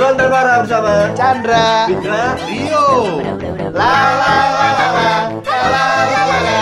Obrolan terbaru bersama Chandra, Fitra, Rio. la la la la la, la la la la.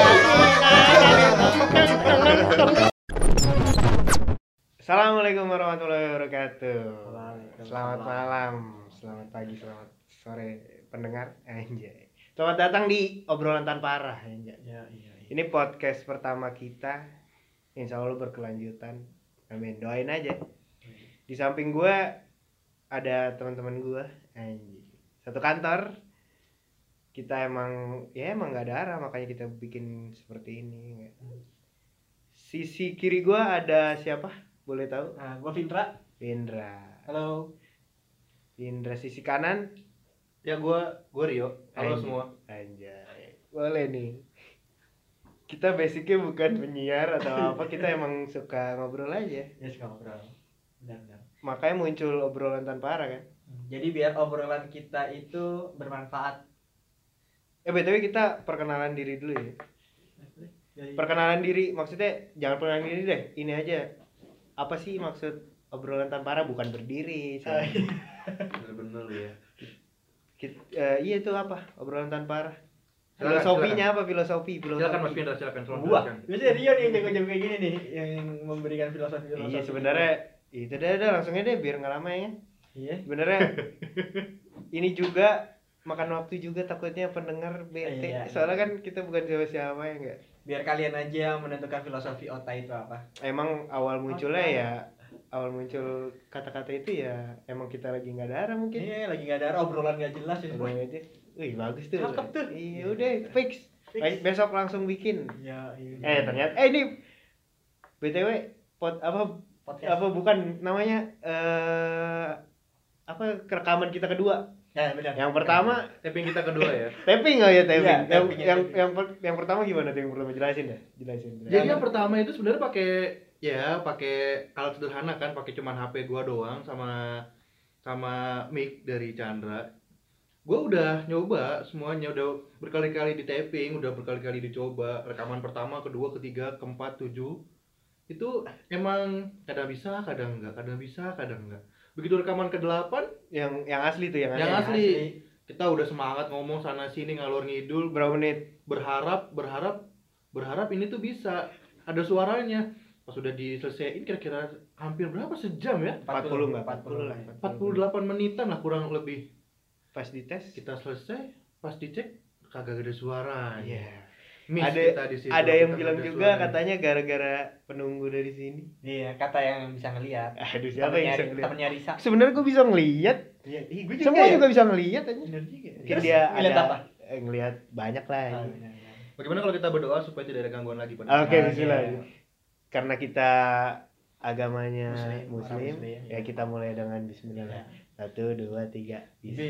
Assalamualaikum warahmatullahi wabarakatuh. Waalaikumsalam. Selamat malam, selamat pagi, selamat sore pendengar. Anjay. Selamat datang di obrolan tanpa arah. Anjay. Iya. Ini podcast pertama kita. Insya Allah berkelanjutan. Amin. Doain aja. Di samping gue ada teman-teman gue. Anjay. Satu kantor. Kita emang nggak ada arah, makanya kita bikin seperti ini. Sisi kiri gue ada siapa? Boleh tahu? Nah, gua Fitra. Indra. Halo. Indra sisi kanan. Ya gue Rio. Halo Anjay. semua. Anjay. Boleh nih. Kita basicnya bukan penyiar atau apa, kita emang suka ngobrol aja. Ya suka ngobrol. Benar. Makanya muncul obrolan tanpa arah kan. Jadi biar obrolan kita itu bermanfaat. BTW kita perkenalan diri dulu ya. Perkenalan diri maksudnya jangan perkenalan diri deh. Ini aja. Apa sih maksud obrolan tanpa arah? Bukan berdiri. Bener-bener lu ya. Iya itu apa? Obrolan tanpa arah. Silakan, Filosofinya apa? Filosofi. Silakan Mas Findra, silakan. Gua. Biasanya Rio nih yang jago-jago kayak gini nih yang memberikan filosofi. Iya sebenarnya itu dah langsung aja deh biar nggak lama ya. Iya. Sebenarnya ini juga makan waktu juga, takutnya pendengar bete. Iya. Soalnya kan kita bukan siapa-siapa ya enggak. Biar kalian aja menentukan filosofi OTA itu apa. Emang awal munculnya awal muncul kata-kata itu ya emang kita lagi nggak ada arah mungkin. Iya, lagi enggak ada arah, obrolan enggak jelas ya. Udah aja. Wih bagus tuh. Cakep tuh. Iya udah fix. Baik, besok langsung bikin. Iya. Ternyata ini BTW Podcast. bukan namanya rekaman kita kedua. Ya, benar. Yang pertama Tapping kita kedua ya. tapping nggak ya tapping? Iya, tapping. Yang pertama gimana tuh yang pertama jelasin deh, jelasin. Jadi yang pertama itu sebenarnya pakai alat sederhana kan, pakai cuman HP gua doang sama mic dari Chandra. Gua udah nyoba semuanya, udah berkali-kali di tapping, udah berkali-kali dicoba. Rekaman pertama, kedua, ketiga, keempat, 7. Itu emang kadang bisa, kadang enggak, kadang bisa, kadang enggak. Begitu rekaman ke-8 yang asli tuh yang asli. Kita udah semangat ngomong sana sini ngalor ngidul, berapa menit? berharap ini tuh bisa ada suaranya. Pas udah diselesaiin kira-kira hampir berapa, sejam ya? 40 lah 48 menitan lah kurang lebih. Pas dites Kita selesai, pas dicek kagak ada suara. iya. Miss kita di situ. Ada yang Kita bilang kagak juga suaranya. katanya gara-gara penunggu dari sini. Iya, kata yang bisa ngelihat. Aduh siapa yang bisa ngeliat? Temennya Risa. Sebenarnya gue bisa ngeliat. Iya, gue Semua juga bisa ngeliat aja. Bener juga. Mungkin Terus dia ngeliat ada apa? ngeliat banyak lah. Ah, ini. benar. Bagaimana kalau kita berdoa supaya tidak ada gangguan lagi pada Oke, Ah, bismillah. iya. Karena kita agamanya Muslim, Muslim, orang Muslim, ya iya. kita mulai dengan bismillah. Iya. 1 2 3.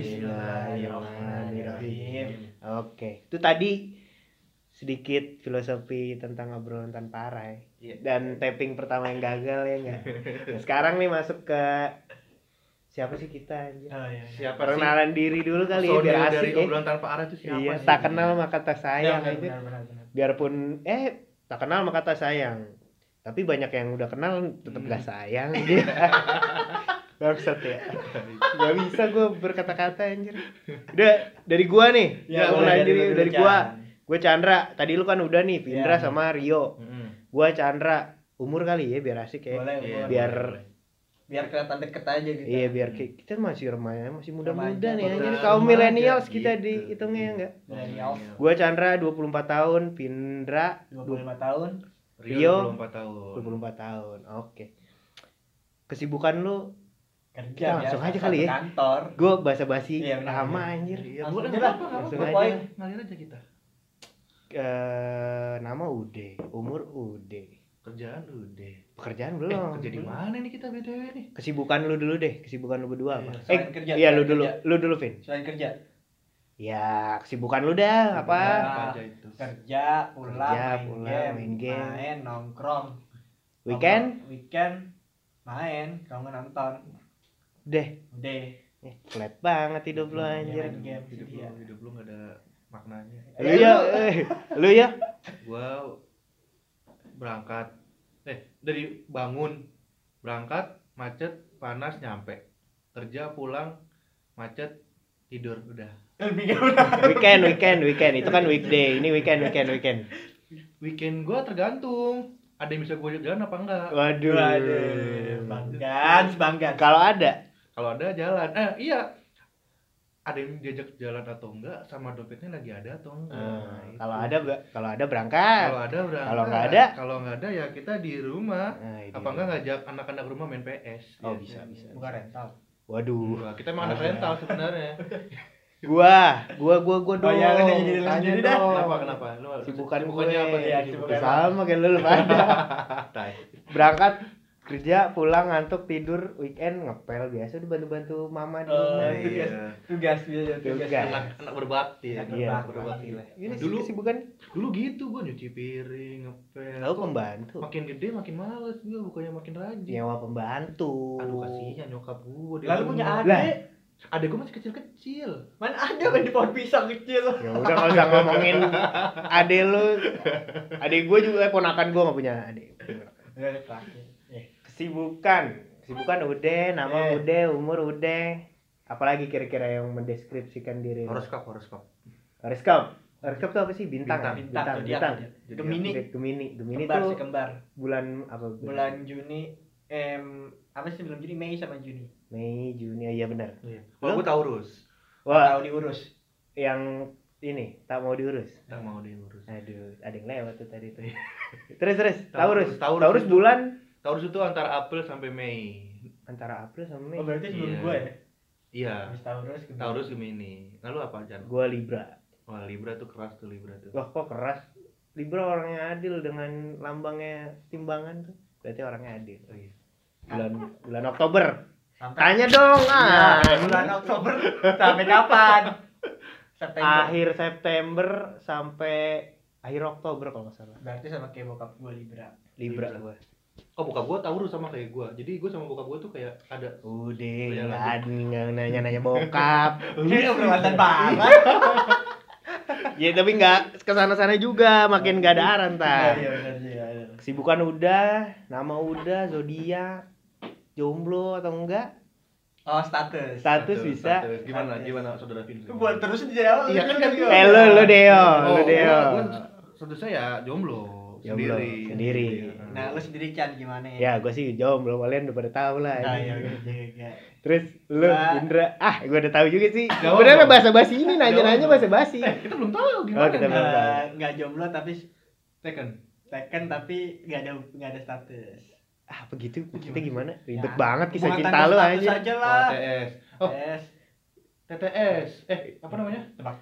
Bismillahirrahmanirrahim. Oke, itu tadi sedikit filosofi tentang obrolan tanpa arah ya. Iya. Dan tapping pertama yang gagal ya enggak. Nah, sekarang nih masuk ke siapa sih kita anjir? Oh, iya. Siapa Perkenalan diri dulu kali ya Personil biar dari asik ya. obrolan tanpa arah itu siapa Iya, sih? tak kenal maka tak sayang Benar, aja. benar. Biarpun tak kenal maka tak sayang. Tapi banyak yang udah kenal tetap gak sayang dia. Bangsat ya. Gak bisa gue berkata-kata anjir. Udah dari gua nih. Ya, Mulai boleh, diri dulu, dari Chan. gua. Gue Chandra. Tadi lu kan udah nih Findra Ya. sama Rio. Gua Chandra. Umur kali ya biar asik ya. Boleh, Iya, boleh. Biar Kelihatan deket aja gitu. iya biar kita masih remaja, masih muda-muda Remaja, nih anjir. remaja, Kaum milenials gitu. kita dihitungnya ya enggak? Millennials. Gua Chandra 24 tahun, Findra 25 tahun. Rio 24 tahun. 24 tahun. Oke. Kesibukan lu Kerja Kita langsung biasa, aja kali satu ya. Kantor. gue basa-basi Iya, benar, lama benar. anjir. Iya, Langsung boleh aja lah. lah. Langsung Ke aja. poin. Ngalir aja kita. Nama udah, umur udah, Kerjaan udah. pekerjaan belum. Kerja di mana nih kita BTW nih? Kesibukan lu dulu deh, kesibukan lu berdua apa? Selain kerja, iya selain kerja. lu dulu Vin. Selain kerja. Ya kesibukan lu dah apa? Apa aja itu? Kerja, pulang, Kerja, main, pulang, game, main game. main, nongkrong. Weekend? Main, kalau nggak nonton. Deh, Udah. flat banget hidup lu anjir. Main game, Hidup iya. lu nggak ada maknanya. Lu ya? Gua berangkat dari bangun, berangkat, macet, panas, nyampe. kerja pulang macet tidur udah. Weekend itu kan weekday, ini weekend. Weekend gue tergantung ada yang bisa gue ajak jalan apa enggak. Waduh. Banggan. Kalau ada jalan iya ada yang diajak jalan atau enggak sama dompetnya lagi ada atau enggak. Itu. kalau ada berangkat. Kalau ada berangkat. Kalau nggak ada ya kita di rumah. Apa enggak ngajak anak-anak rumah main PS. Oh ya, bisa. Bukan rental. Waduh. Wah, kita emang anak rental sebenarnya. Gua dong. Oh ya, lu jadi diri Tanya sendiri dah. dong. Kenapa? Lu Sibukannya sibukannya apa? Iya, nih? sibukan. Sama kayak lu pada. Tai. Berangkat kerja, pulang ngantuk, tidur, weekend ngepel biasa udah bantu-bantu mama di rumah. Tugas. Anak berbakti ya. Iya, berbakti lah. Ini Dulu kesibukan. dulu gitu gua nyuci piring, ngepel. Tahu pembantu. Makin gede makin males gua, bukannya makin rajin. Nyewa pembantu. Aduh kasihan nyokap gua. Lalu punya Lah. adik. Adek gua masih kecil-kecil. Mana ada kan di pohon pisang kecil. Ya udah kalau usah ngomongin ade lu. Ade gue juga ponakan gue enggak punya ade. Kesibukan udah, nama udah, umur udah. Apalagi kira-kira yang mendeskripsikan diri. Horoskop. Horoskop tuh apa sih? Bintang. Gemini tuh kembar. bulan apa? Bulan Juni apa sih belum Juni, Mei sama Juni. Mei, Juni, iya benar. Iya. Kalau gua Taurus. Wah, Tahu diurus. yang ini tak mau diurus. Tak mau diurus. Aduh, ada yang lewat tuh tadi tuh. Terus. Taurus Taurus itu- bulan Taurus itu antara April sampai Mei. antara April sama Mei. Oh berarti sebelum Iya. gue ya. Iya. Habis Taurus. Taurus Gemini. Lalu apa Jan? Gua Libra. Wah, Libra tuh keras tuh Libra tuh. Wah, kok keras. Libra orangnya adil dengan lambangnya timbangan tuh. Berarti orangnya adil. Oh, iya. Bulan Oktober. Sampai Tanya dong. bulan Oktober sampai kapan? September. Akhir September sampai akhir Oktober kalau nggak salah. Berarti sama kayak bokap gue Libra. Libra Libra. gua. Oh, bokap gua Taurus sama kayak gua. Jadi gua sama bokap gua tuh kayak ada Udah, nggak nanya bokap. Ini perbuatan banget. Ya tapi nggak kesana-sana juga, makin nggak ada arah ntar. Iya benar sih. Kesibukan udah, nama udah, zodiak, jomblo atau enggak? Oh status. Status bisa. Gimana saudara Vin? Gue buat terus di awal. Iya kan gue. Lu Deo. Saudara saya jomblo Jomblo, sendiri. Nah lu sendiri Chan gimana ya? Ya, gue sih jomblo, kalian udah pada tahu lah. Nah, ini. iya. Terus lu Nah. Indra, gue udah tahu juga sih. Jawab Sebenarnya dong. bahasa-basi ini nanya-nanya bahasa-basi. Kita belum tahu Oh, gimana. kita belum tahu. Nggak jomblo tapi Taken. tapi nggak ada status. Apa gitu? Kita Gimana? gimana? Ribet Ya, banget kisah hubungan cinta tanpa lu status aja. aja lah. TTS. Oh, TTS. TTS. Apa namanya? Tebak.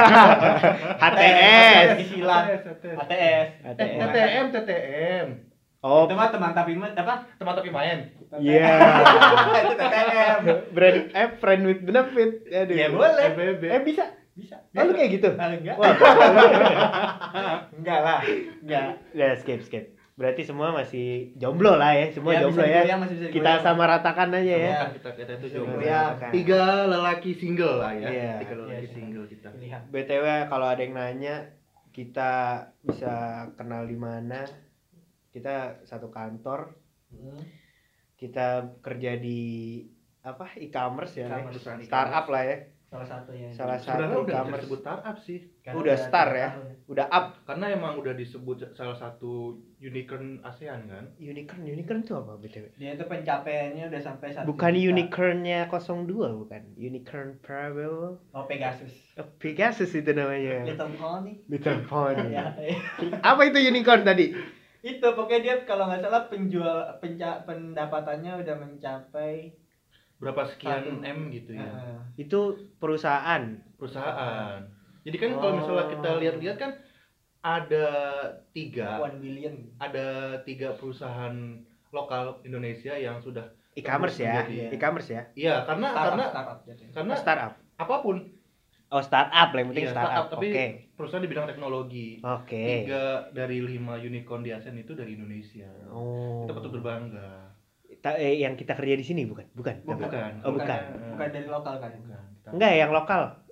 HTS. Silat. HTS. TTM. Oh, Itu mah teman tapi apa? Teman tapi main. iya. Itu TTM. Friend with benefit. Aduh. Ya boleh. FBB. Bisa. Bisa. Oh, lu kayak gitu? Enggak. Wah. Enggak lah. Enggak. Ya, skip. Berarti semua masih jomblo lah ya, semua Ya, jomblo bisa ya. digoyang, masih bisa Kita digoyang. sama ratakan aja ya. Iya. Kita itu Bisa jomblo. digoyang. Ya, 3 lelaki single lah ya. Iya. 3 lelaki Iya. single kita. Pilihan. BTW kalau ada yang nanya, kita bisa kenal di mana? Kita satu kantor, kita kerja di apa? E-commerce ya, E-commerce, perusahaan startup lah ya. Salah satu ya. Salah Sebenarnya satu udah bisa e-commerce. disebut startup sih. Karena Udah star 3 ya. tahun. Udah up. Karena emang udah disebut salah satu unicorn ASEAN kan. Unicorn itu apa BTW? Dia itu pencapaiannya udah sampai 1 Bukan juta. unicornnya 02 bukan. Unicorn Prabowo. Oh Pegasus. Pegasus itu namanya. Little Pony. Little Pony. Ya. Apa itu unicorn tadi? Itu pokoknya dia kalau nggak salah pendapatannya udah mencapai Berapa sekian Satu. M gitu ya. Itu perusahaan. Perusahaan. Jadi kan kalau misalnya kita lihat-lihat kan ada 3 1 billion. perusahaan lokal Indonesia yang sudah E-commerce ya. Jadi- E-commerce ya. iya karena Startup jatuhnya. karena Startup. apapun Oh, startup lah, yang penting iya, startup. tapi Oke. perusahaan di bidang teknologi. Oke. 3 dari 5 unicorn di ASEAN itu dari Indonesia. Oh. Kita patut berbangga. Yang kita kerja di sini bukan? Bukan. Bukan. Oh, bukan. Bukan dari lokal kan. Bukan. Kita- Enggak, yang lokal.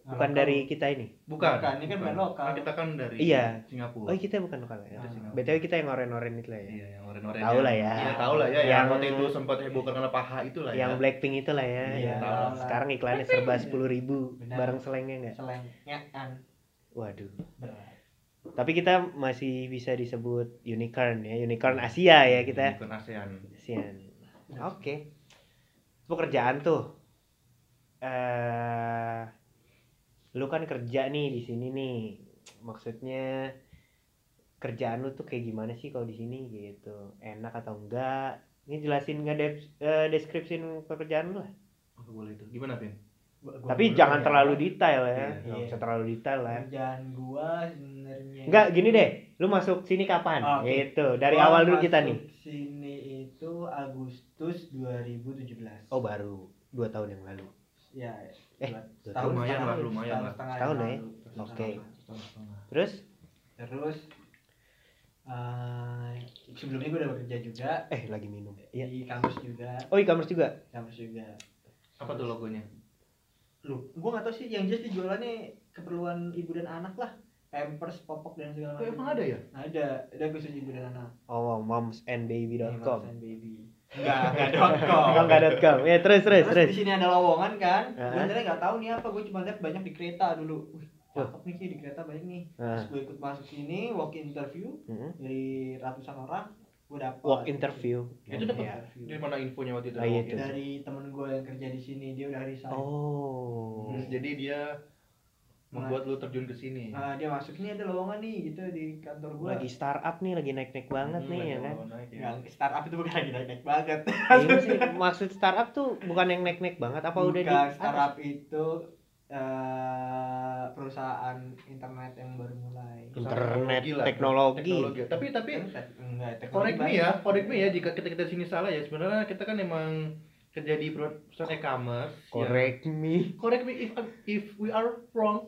Bukan dari kita ini. Bukan, Bukan, ini kan brand lokal. Kan kita kan dari Iya. Singapura. Oh, kita bukan lokal ya. Kita Singapura. BTW kita yang oren-oren itu lah ya. Iya, yang oren-oren. Tahu lah ya. Iya, tahu lah ya. Yang Yang- waktu itu sempat heboh karena paha itu lah ya. Yang Blackpink itu lah ya. Iya, yang tahu lah. sekarang iklannya serba 10.000 Benar. bareng selengnya enggak? Selengnya kan Waduh. berat. Tapi kita masih bisa disebut unicorn ya. Unicorn Asia ya kita. Bukan ASEAN. ASEAN. Oke. Pekerjaan tuh. Lu kan kerja nih di sini nih. Maksudnya kerjaan lu tuh kayak gimana sih kalau di sini gitu? Enak atau enggak? Ini jelasin nggak deskripsiin pekerjaan lu lah. Oh, boleh itu. Gimana, Pin? Tapi jangan terlalu detail ya. Iya. Nggak usah terlalu detail lah. Kerjaan gua sebenarnya Enggak, gini deh. Lu masuk sini kapan? Oke. Gitu. Dari Gua awal dulu kita masuk nih. Sini itu Agustus 2017. Oh, baru 2 tahun yang lalu. Ya, Eh, setahun lumayan setengah lah, lah, lumayan lah. setengah Setahun yang lah ya? lalu. Oke. Setahun setengah. Terus Terus sebelumnya gue udah bekerja juga lagi minum. Iya. di kampus juga, Oh, e-commerce juga. Apa tuh logonya? gue nggak tahu sih, yang jelas dijualannya keperluan ibu dan anak lah, pampers, popok dan segala Oh, macam. emang ada ya? Ada khusus ibu dan anak. Oh, momsandbaby.com. Moms and baby. Enggak.com. Oh, enggak.com. Ya, terus. Terus di sini ada lowongan kan. Gue Uh-huh. sebenarnya nggak tahu nih apa, gue cuma lihat banyak di kereta dulu. Wih, cakep nih kayak di kereta banyak nih. Terus gue ikut masuk sini, walk in interview dari ratusan orang, gue dapet. Walk interview. Itu dapat Ya. dari mana infonya waktu itu? Ah, iya, Oke. itu. Dari temen gue yang kerja di sini, dia udah resign. Oh. Jadi dia membuat lu terjun ke sini. Nah, dia masuk ini ada lowongan nih gitu di kantor gue. Lagi startup nih, lagi naik-naik banget nih ya kan. Yang startup itu bukan lagi naik-naik banget. Iya sih, maksud startup tuh bukan yang naik-naik banget apa udah di Bukan, startup itu perusahaan internet yang baru mulai. internet Teknologi lah. teknologi. Tapi Enggak, correct me ya jika kita di sini salah ya. Sebenarnya kita kan emang kerja di perusahaan e-commerce. Correct me. Correct me if we are wrong.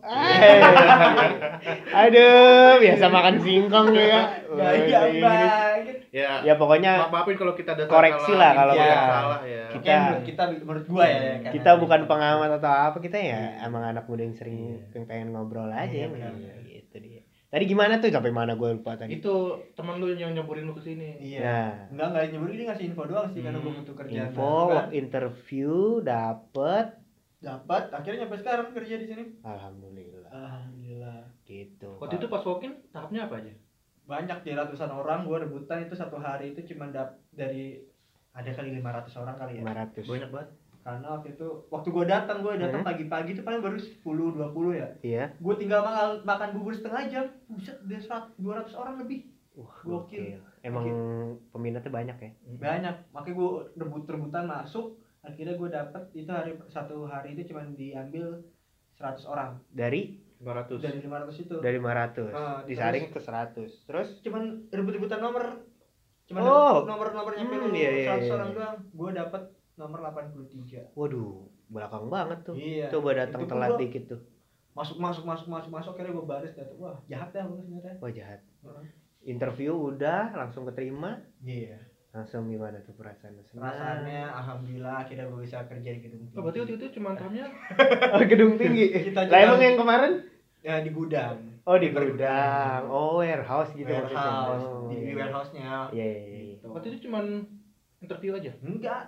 Aduh, biasa makan singkong ya. Gaya banget. Ya. Ya pokoknya Maafin kalau kita ada koreksi salah, lah kalau info yang kita- salah ya. kita- Menurut gua ya. karena- kita bukan pengamat atau apa, kita ya emang anak muda yang sering yang pengen ngobrol aja. Iya, benar. Gitu dia. Tadi gimana tuh, sampai mana gue lupa tadi. Itu teman lu yang nyampurin lu ke sini. Iya. Nah, Enggak nyebur, ini ngasih info doang sih karena gua butuh kerjaan. info, baru kan. work interview dapet. Dapat, akhirnya sampai sekarang kerja di sini. Alhamdulillah. Alhamdulillah. Gitu. Waktu itu pas walk-in tahapnya apa aja? Banyak di ratusan orang, gua rebutan itu satu hari itu cuma dari ada kali 500 orang kali ya. 500. Banyak banget. Karena waktu gue datang pagi-pagi itu paling baru 10-20 ya. Iya. Gue tinggal makan bubur setengah jam, buset udah 200 orang lebih. Wah, Gokil. gokil. Emang peminatnya banyak ya? Banyak, makanya gue rebutan masuk. Akhirnya gue dapet itu satu hari itu cuma diambil 100 orang Dari 500. dari 500 itu. dari 500 disaring terus- ke 100. Terus Cuman rebut-rebutan nomor. Cuman Oh. nomor nyampe Iya, 100 iya. orang doang. Gue dapet nomor 83. waduh, belakang banget tuh. Iya. Coba datang Itu pun telat gua dikit tuh. masuk akhirnya gue baris datang. Wah, jahat dah gue sebenarnya. Wah, jahat. Heeh. Interview udah langsung keterima. Iya. Langsung gimana tuh perasaan lu? Senang? Perasaannya alhamdulillah akhirnya gue bisa kerja di gedung tinggi. Oh, berarti waktu itu cuma tahamnya Oh, gedung tinggi. Kita Lah juga- emang yang kemarin? Ya, di gudang. Oh, di gudang. Oh, warehouse gitu Warehouse. maksudnya. Oh, Di iya. warehouse-nya. Iya, iya, iya. Gitu. waktu itu cuma interview aja. Enggak,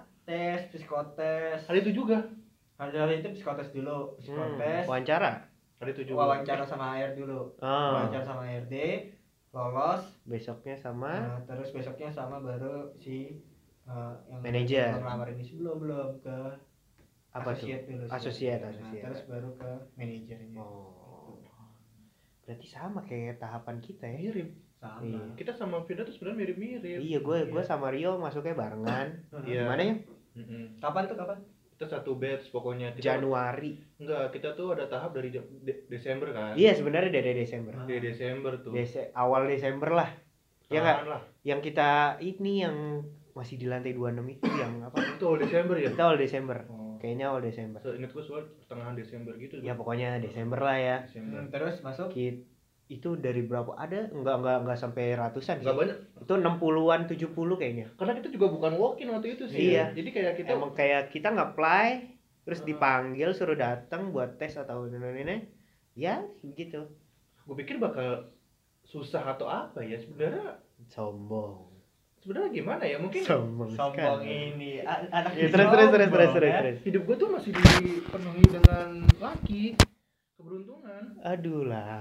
psikotes. Hari itu juga. Hari itu psikotes dulu, psikotes. Wawancara. Hari itu juga. Wawancara sama AR dulu. Oh, Wawancara sama ARD, lolos. besoknya sama Terus besoknya sama baru si yang Manajer. ngelamar ini belum ke apa tuh? associate dulu. Associate, Nah, associate. terus baru ke manajernya. Oh. Berarti sama kayak tahapan kita ya. Mirip. Sama. Iya. Kita sama Firda tuh sebenarnya mirip-mirip. Iya, gue sama Rio masuknya barengan. Iya. Gimana ya? Kapan tuh kapan? Kita satu batch pokoknya. Kita, Januari. Enggak, kita tuh ada tahap dari Desember kan. Iya, sebenarnya dari Desember. Dari Desember tuh. Awal Desember lah. Ya nggak? Tahan lah. Yang kita ini yang masih di lantai 26 itu yang apa? Itu awal Desember ya? Kita awal Desember. Oh. Kayaknya awal Desember. Seingat gue soal pertengahan Desember gitu. Ya pokoknya Desember lah ya. Desember. Terus masuk. Itu dari berapa? Ada enggak sampai ratusan sih. Enggak banyak. Itu 60-an 70 kayaknya. Karena kita juga bukan walk-in waktu itu sih. Iya. Jadi kayak kita Emang kayak kita nge-apply terus dipanggil suruh datang buat tes atau ini ya begitu. Gue pikir bakal susah atau apa ya, sebenarnya Sombong. Sebenarnya gimana ya, mungkin sombong ini anak ya, terus. Hidup gue tuh masih dipenuhi dengan keberuntungan. Aduh lah.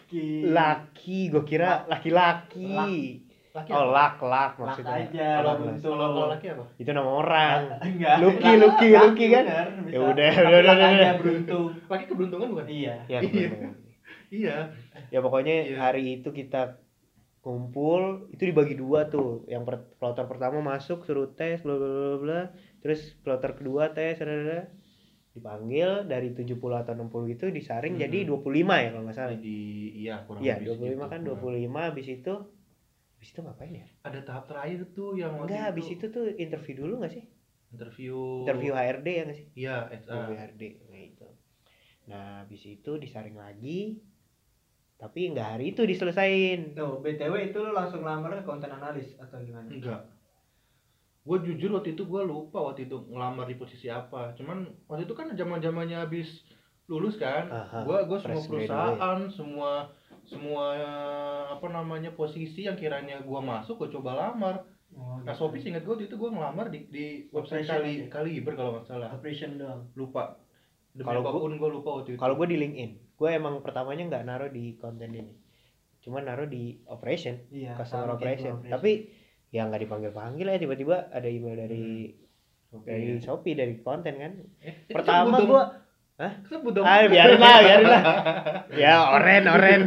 Laki. Gue kira laki-laki. Laki oh apa? lak maksudnya. Aja. Kalau laki apa? Itu nama orang. Enggak. Lucky kan? Ya udah. Beruntung. Laki keberuntungan bukan? Iya. Iya. Ya pokoknya hari itu kita kumpul, itu dibagi dua tuh. Yang kloter pertama masuk suruh tes bla bla bla, terus kloter kedua tes dipanggil dari 70 atau 60 itu disaring jadi 25 ya kalau nggak salah. Kurang lebih 25 kan 25 habis itu ngapain ya? Ada tahap terakhir tuh yang enggak, habis itu tuh interview dulu nggak sih? Interview HRD ya nggak sih? Iya, interview HRD gitu. Nah, habis itu disaring lagi. Tapi nggak hari itu diselesain. Tuh, BTW itu lo langsung ngelamar ke konten analis atau gimana? Enggak. Gue jujur waktu itu gue lupa waktu itu ngelamar di posisi apa. Cuman waktu itu kan zaman-zamannya habis lulus kan. Gue semua perusahaan, semua apa namanya posisi yang kiranya gue masuk gue coba lamar. Nah, Shopee seingat gue waktu itu gue ngelamar di website Kaliber kalau nggak salah. Operation doang. Lupa. Kalau gue lupa waktu itu. Kalau gue di LinkedIn, gue emang pertamanya nggak naruh di konten ini, cuma naruh di operation, customer operation. Tapi ya nggak dipanggil ya, tiba-tiba ada email dari Shopee dari konten kan. Pertama gue, sebut dong. Biarin lah. Ya oren.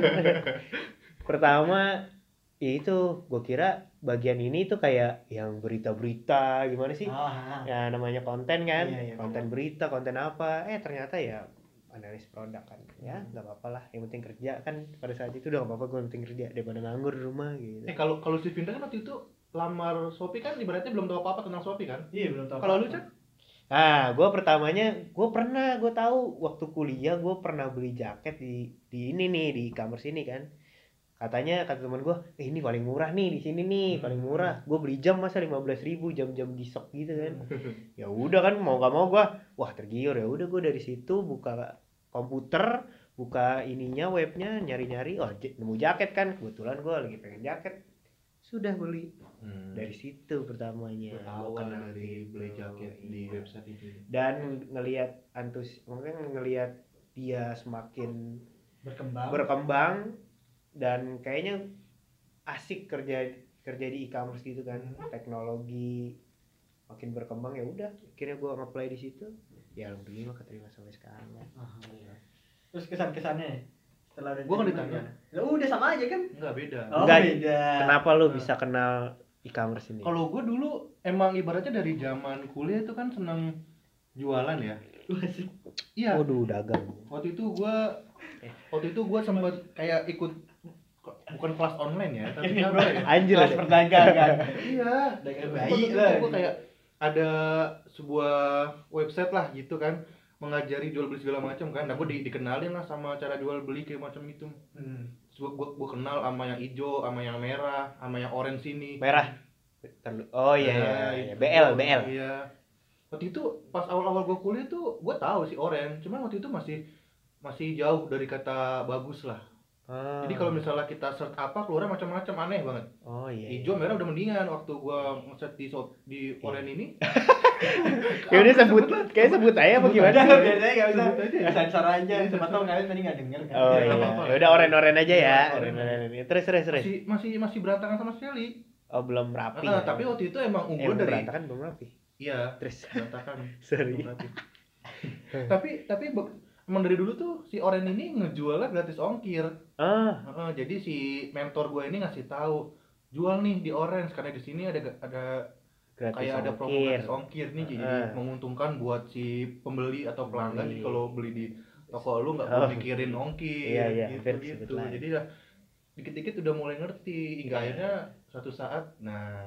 Pertama ya itu gue kira bagian ini tuh kayak yang berita-berita gimana sih? Ya namanya konten kan, konten berita, konten apa? Ternyata ya analis produk kan. Ya nggak apa-apa lah, yang penting kerja kan. Pada saat itu udah nggak apa-apa, gue yang penting kerja daripada nganggur di rumah gitu. Kalau si Vinda kan waktu itu lamar Shopee kan ibaratnya belum tahu apa-apa tentang Shopee kan? Iya, belum tahu. Kalau lu Chan? Gue pertamanya gue tahu waktu kuliah gue pernah beli jaket di ini nih di e-commerce ini kan. Kata teman gue, ini paling murah nih di sini nih, paling murah. Gue beli jam masa 15.000 jam-jam di shop gitu kan. Ya udah kan mau gak mau gue, wah tergiur ya. Udah gue dari situ buka komputer, buka ininya webnya, nyari-nyari, nemu jaket kan. Kebetulan gue lagi pengen jaket, sudah beli. Dari situ pertamanya. Awal dari beli jaket di website itu. Dan ngelihat mungkin ngelihat dia semakin berkembang. Dan kayaknya asik kerja di e-commerce gitu kan. Teknologi makin berkembang, ya udah akhirnya gue nge-apply di situ. Ya alhamdulillah keterima sampai sekarang kan. Terus kesan-kesannya setelah gue kan ditanya. Udah sama aja kan? Enggak, beda. Beda. Kenapa lu bisa kenal e-commerce ini? Kalau gue dulu emang ibaratnya dari zaman kuliah itu kan seneng jualan ya. Iya. Waduh, dagang. Waktu itu gue sempat kayak ikut, bukan kelas online ya, tapi apa ya? Anjir, kelas perdagangan. Iya. Dagang bayi lah. Gue kayak ada sebuah website lah gitu kan, mengajari jual beli segala macam kan. Nah, gue dikenalin lah sama cara jual beli kayak macam itu. Gue kenal sama yang hijau, sama yang merah, sama yang orange ini. Merah. Oh iya. BL. Iya. Waktu itu pas awal-awal gue kuliah tuh gue tahu sih orange, cuman waktu itu masih jauh dari kata bagus lah. Jadi kalau misalnya kita search apa keluar macam-macam, aneh banget. Oh iya. Hijau merah udah mendingan. Waktu gue nge-search di orange ini. Ya udah sebut aja apa gimana? Biasanya enggak usah. Sensor aja. Siapa tahu kalian tadi enggak denger kan. Oh iya. Ya udah oren aja ya. Oren. Terus. Masih berantakan sama sekali. Oh, belum rapi. Tapi waktu itu emang unggul dari berantakan belum rapi. Iya, terus berantakan. Sorry. Tapi emang dari dulu tuh si Oren ini ngejualnya gratis ongkir. Jadi si mentor gue ini ngasih tahu, jual nih di Orange karena di sini ada gratis kayak ada promo gratis ongkir nih, jadi menguntungkan buat si pembeli atau pelanggan. Jadi kalau beli di toko lu nggak perlu mikirin ongkir. Gitu. Jadi lah dikit-dikit udah mulai ngerti hingga akhirnya suatu saat,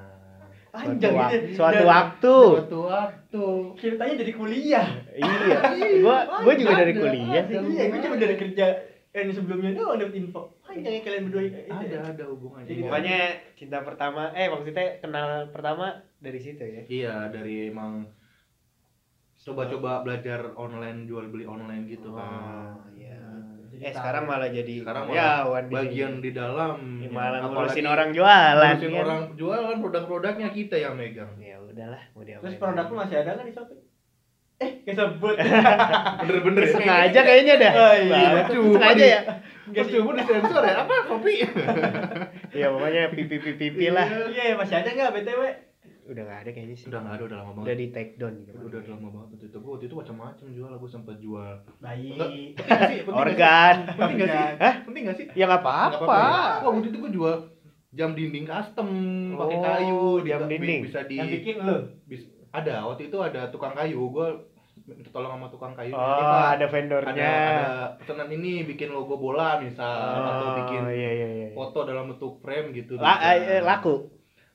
suatu waktu ceritanya dari kuliah. Iya. Gua juga dari kuliah sih. Iya, gua cuma dari kerja ini sebelumnya doang dapat info. Panjang kalian berdua ada hubungannya. Jadi pokoknya cinta pertama maksudnya kenal pertama dari situ ya. Iya, dari emang coba-coba belajar online, jual beli online gitu kan. Iya. Jadi Sekarang malah jadi sekarang karyawan bagian di dalam malah apalagi ngurusin orang jualan ngurusin kan. orang jualan, produk-produknya kita yang megang. Ya udahlah, mau diapain. Terus produk lu masih ada nggak di Shopee? Kesebut. Bener-bener ya. Sengaja kayaknya dah. Oh, iya. Sengaja ya. Cuma disensor ya, apa kopi? Iya pokoknya pipi lah. Iya, masih ada nggak BTW? Udah nggak ada kayaknya sih. Udah nggak ada, udah lama Udah banget. di take down gitu. Udah lama banget waktu itu macam-macam jual, aku sempat jual. Bayi. Organ. Penting nggak sih? Hah? Penting nggak sih? Ya nggak Nggak apa-apa. ya? Wah, waktu itu gue jual jam dinding custom pakai kayu, jam dinding. bisa di Yang bikin lu. ada waktu itu ada tukang kayu, gue minta tolong sama tukang kayu. Oh, Ini, Pak, ada vendornya. ada pesanan ini bikin logo bola misal atau bikin iya. foto dalam bentuk frame gitu. Laku.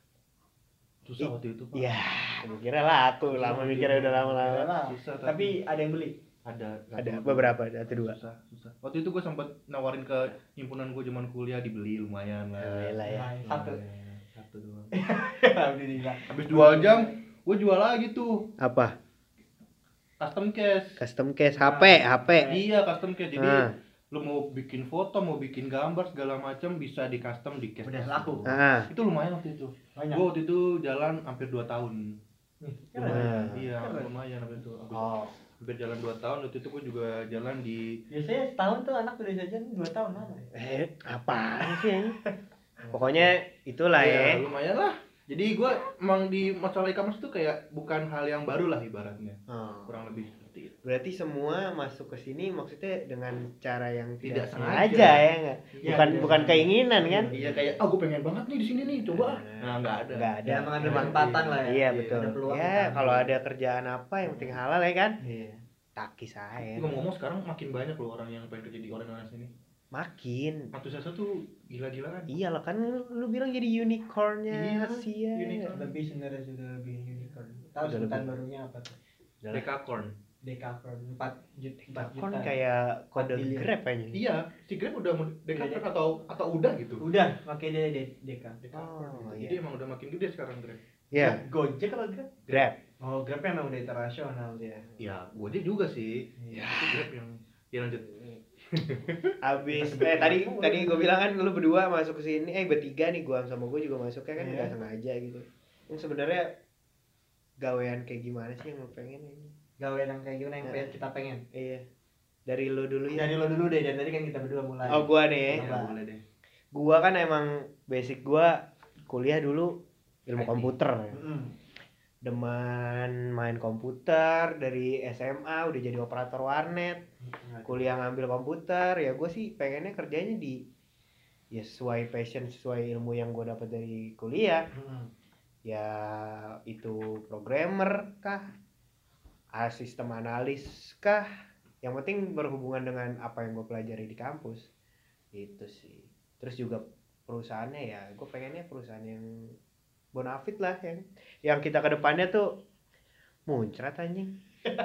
Susah waktu itu, Pak. Ya, gue kira laku. Lama mikirnya udah lama-lama. Susah, Tapi ada yang beli. ada Beberapa, ada dua. susah. Waktu itu gue sempat nawarin ke himpunan gue zaman kuliah, dibeli lumayan lah. Alhamdulillah ya. Satu doang. Alhamdulillah. Habis 2 jam gue jual lagi tuh Apa? custom case. Custom case HP. Iya, custom case. Jadi Ah. lu mau bikin foto, mau bikin gambar segala macam bisa di custom di case. Udah laku. Itu lumayan waktu itu. Banyak. Gue waktu itu jalan hampir 2 tahun. Keren. Lumayan. Iya, Keren. lumayan waktu itu. Oh. Hampir jalan 2 tahun. Waktu itu gue juga jalan di Biasanya setahun tuh anak udah jajan 2 tahun lama. Apaan sih? Pokoknya itulah Iya, ya. lumayan lah. Jadi gue emang di masalah e-commerce tuh kayak bukan hal yang baru lah ibaratnya. Kurang lebih seperti itu. Berarti semua masuk ke sini maksudnya dengan cara yang Tidak tidak sengaja. sengaja ya enggak? Iya, Bukan tidak bukan sengaja. keinginan kan? Iya kayak gue pengen banget nih di sini nih, coba. Nah, enggak ada. Enggak ada. Ya, mengambil Emang- kesempatan lah ya. Iya, Ada betul. peluang Ya, kita. kalau ada kerjaan apa yang penting halal ya kan? Iya. Takis aja. Tapi ngomong-ngomong sekarang makin banyak loh orang yang pengen kerja di online ini. Makin. Antusiasnya tuh gila-gilaan. Iya lah kan lu bilang jadi unicornnya Iya, Asia. unicorn. Lebih sebenarnya sudah lebih unicorn. Tahu Udah sebutan lebih. barunya apa tuh? Dekakorn. Decacorn 4 juta. Unicorn kayak kode Bilion. Grab aja. Iya, si Grab udah Dekakorn atau udah gitu. Udah, pakai dia Deka. Dekakorn. Oh, Jadi iya. emang udah makin gede sekarang Grab. Iya, Gojek kalau Grab? Grab. Oh, Grab emang udah internasional dia. Ya, Gojek juga sih. Iya. Itu Grab yang lanjut. Abis tadi gue bilang kan lu berdua masuk ke sini, bertiga nih gua sama gue juga masuk kan Iya. nggak sengaja gitu. Yang sebenarnya gawean kayak gimana sih yang lu pengen ini? Gawe yang kayak gimana yang Nah. kita pengen? Iya. Dari lu dulu ya. Dari lo dulu deh, dari tadi kan kita berdua mulai. Oh gua nih. Coba. Ya, boleh deh. Gua kan emang basic gua kuliah dulu ilmu IT. komputer. Mm-mm. Demen main komputer dari SMA udah jadi operator warnet. Kuliah ngambil komputer, ya gue sih pengennya kerjanya di ya sesuai passion, sesuai ilmu yang gue dapat dari kuliah. Mm-mm. Ya itu programmer kah, sistem analis kah, yang penting berhubungan dengan apa yang gue pelajari di kampus. Itu sih. Terus juga perusahaannya ya gue pengennya perusahaan yang bonafit lah, yang kita kedepannya tuh muncrat anjing.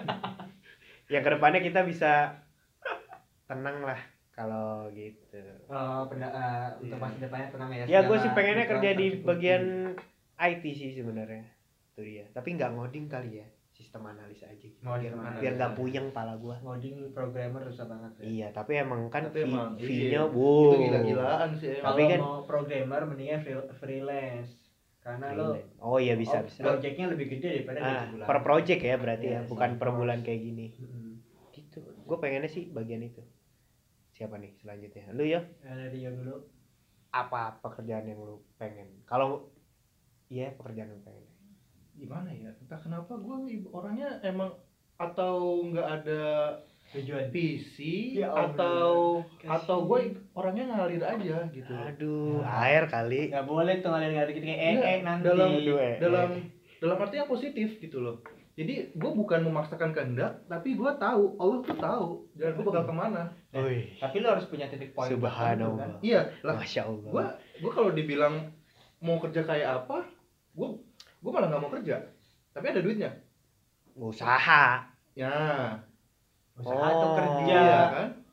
Yang kedepannya kita bisa tenang lah kalau gitu. Oh, untuk masa depannya tenang ya. Ya gue sih segala pengennya kerja di tercukupi. bagian IT sih sebenarnya. Itu dia. Tapi nggak ngoding kali ya, sistem analis aja. Gitu. Ngoding Biar analis. biar nggak puyeng pala gue. ngoding programmer susah banget ya. Iya, tapi emang kan Tapi emang, fee-nya iya. wow. Itu gila-gilaan sih. Tapi Kalau kan- mau programmer mendingan freelance. Karena lo Oh iya bisa bisa. projectnya lebih gede daripada gaji bulanan. Per project ya berarti Iya, ya, bukan per per bulan course. kayak gini. Mm-mm. Gitu. Gue pengennya sih bagian itu. Siapa nih selanjutnya? Lu ya? Dari yang dulu. Apa pekerjaan yang lu pengen? Kalau iya pekerjaan yang pengen. Gimana ya? Entah kenapa gue orangnya emang atau nggak ada Tujuan. visi Ya Allah. atau gue orangnya ngalir aja gitu. Aduh, air kali. Gak boleh tuh ngalihin gitu kayak Enggak, nanti. dalam arti yang positif gitu loh. Jadi gue bukan memaksakan kehendak, tapi gue tahu Allah tuh tahu dan gue bakal kemana. Wih, Tapi lo harus punya titik poin. subhanallah. tertentu, kan? Iya lah. Masya Allah. Gue kalau dibilang mau kerja kayak apa, gue malah nggak mau kerja. Tapi ada duitnya. Usaha. Ya. Usaha tuh Oh. kerja. Iya kan.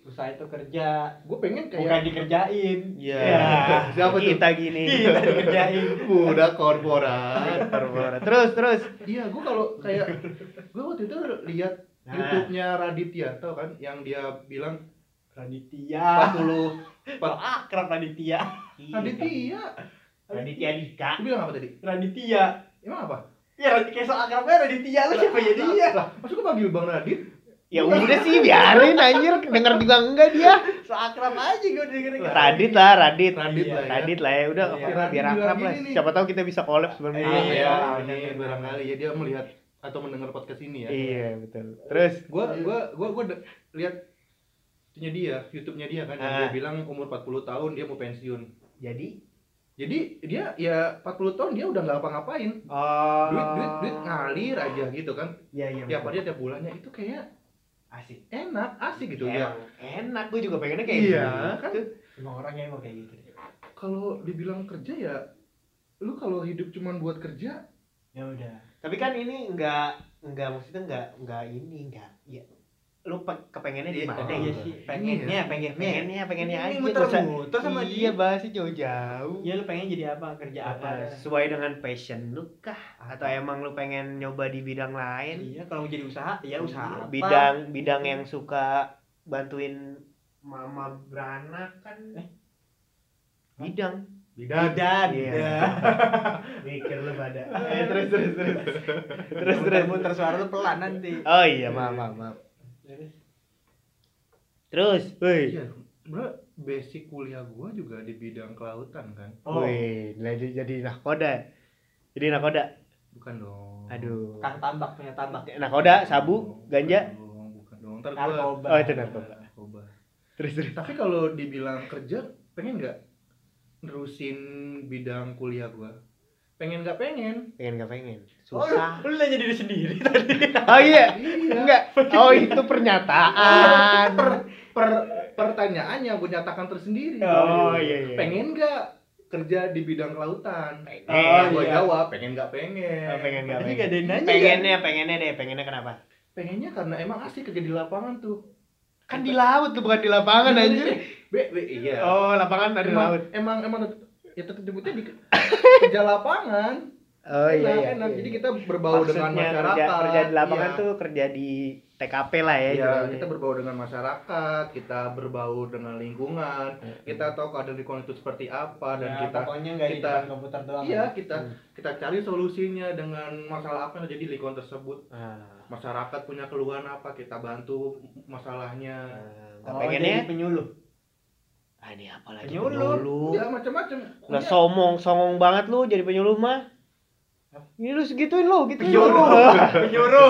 usaha itu kerja. Gue pengen Bukan kayak dikerjain. Iya. Siapa tuh? Kita gini. Kita dikerjain. udah korporat. Terus. Iya, gue kalau kayak gue waktu itu lihat YouTube-nya Raditya, tau kan? Yang dia bilang Raditya. 40 Akrab Raditya. Raditya. Raditya Dika. Gue bilang apa tadi? Raditya. Emang apa? Ya kayak so akrabnya Raditya lu siapa ya dia? Lah, maksud gue panggil Bang Radit? Ya udah sih biarin anjir, denger juga enggak dia. So akrab aja gue dengerin. Radit lah. Radit lah ya. Radit lah ya, udah Iya, biar Radit akrab bilang lah. gini nih. Siapa tahu kita bisa collab sebenarnya. Iya, benar. ini barangkali ya dia melihat atau mendengar podcast ini ya. Iya, betul. Terus Gua lihat itunya dia, YouTube-nya dia kan, yang dia bilang umur 40 tahun dia mau pensiun. Jadi dia ya 40 tahun dia udah nggak apa-ngapain. Oh. Duit ngalir aja gitu kan. Iya. Tiap hari tiap bulannya itu kayak Asik. enak, asik gitu ya, ya. enak, gue juga pengennya kayak Iya, gitu. kan Semua orang yang mau kayak gitu. kalau dibilang kerja ya lu kalau hidup cuman buat kerja Ya udah. Tapi kan ini enggak maksudnya enggak ya. Lu kepengennya di mana? Iya sih. Pengennya Pengennya Ini aja. muter-muter sama iya, dia. bahasnya jauh-jauh. Ya lu pengen jadi apa? Kerja apa? Sesuai dengan passion lu kah? Atau emang lu pengen nyoba di bidang lain? Iya, kalau mau jadi usaha, ya usaha apa? Bidang yang suka bantuin mama beranak kan? Bidang. Bidan. Iya. Mikir lu pada. Terus. Muter suara lu pelan nanti. Oh iya, maaf. Terus, woi. iya sebenarnya basic kuliah gua juga di bidang kelautan kan. Woi, jadi nakoda. Bukan dong. Aduh. Kang tambak punya tambak. Nakoda, sabu, ganja. Bukan dong. Ntar gua Narkoba. Oh, itu narkoba. Terus. Tapi kalau dibilang kerja pengen nggak nerusin bidang kuliah gua? Pengen nggak pengen? Pengen. Susah. Lu nanya diri sendiri tadi. Oh iya. Iya. Enggak. Oh, itu pernyataan. Pertanyaannya gue nyatakan tersendiri. Oh, iya. Pengen nggak kerja di bidang kelautan? Pengen. Gue iya. jawab pengen nggak pengen. Pengen enggak? Tadi nggak ada yang nanya. Pengennya kenapa? Pengennya karena emang asik kerja di lapangan tuh. Kan di laut tuh, bukan di lapangan anjir. Iya. Oh, lapangan ada di laut. Emang ya tetap nyebutnya di kerja lapangan. Oh iya. Enak. Jadi kita berbau dengan masyarakat. Kerja di lapangan Iya. tuh kerja di TKP lah ya. Iya, judulnya. kita berbau dengan masyarakat, kita berbau dengan lingkungan, kita tahu keadaan lingkungan itu seperti apa dan kita pokoknya nggak di depan komputer doang. iya kita cari solusinya dengan masalah apa yang terjadi di lingkungan tersebut. Masyarakat punya keluhan apa, kita bantu masalahnya. Pengennya jadi penyuluh. ini apa lagi Penyuluh. Ya macam-macam. Lah songong banget lu jadi penyuluh mah. Ini lu segituin lu, gitu. Penyuruh.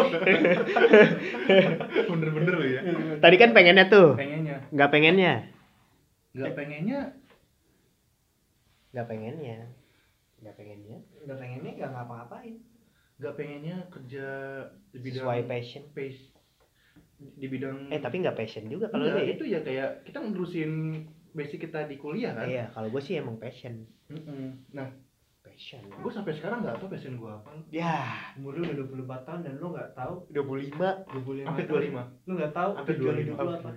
Bener-bener lu ya. Tadi kan pengennya tuh. Pengennya. Enggak pengennya. Nggak pengennya. Enggak pengennya. Udah pengennya nggak ngapa-ngapain. Nggak pengennya kerja di bidang Sesuai passion. Di bidang Tapi enggak passion juga kalau enggak, lu ya. itu ya kayak kita nerusin basic kita di kuliah kan. Iya, kalau gue sih emang passion. Nah, Passion. gue sampai sekarang nggak tahu passion gue apa. Ya, Umur lu udah 24 tahun dan lu nggak tahu 25. 25 Sampai tahun. 25. Lu nggak tahu Sampai tujuan 25. hidup lu apa.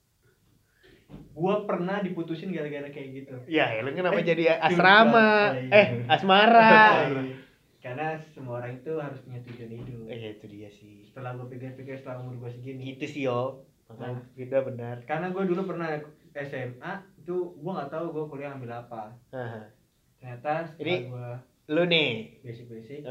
Gua pernah diputusin gara-gara kayak gitu. Ya, lu kenapa jadi asrama? Iya. Asmara. Karena semua orang itu harus punya tujuan hidup. Itu dia sih. Setelah gue pikir-pikir setelah umur gue segini, Gitu sih, yo. Makanya kita benar. karena gue dulu pernah SMA itu gue nggak tahu gue kuliah ambil apa. Ternyata setelah Ini- gue Lu nih. basic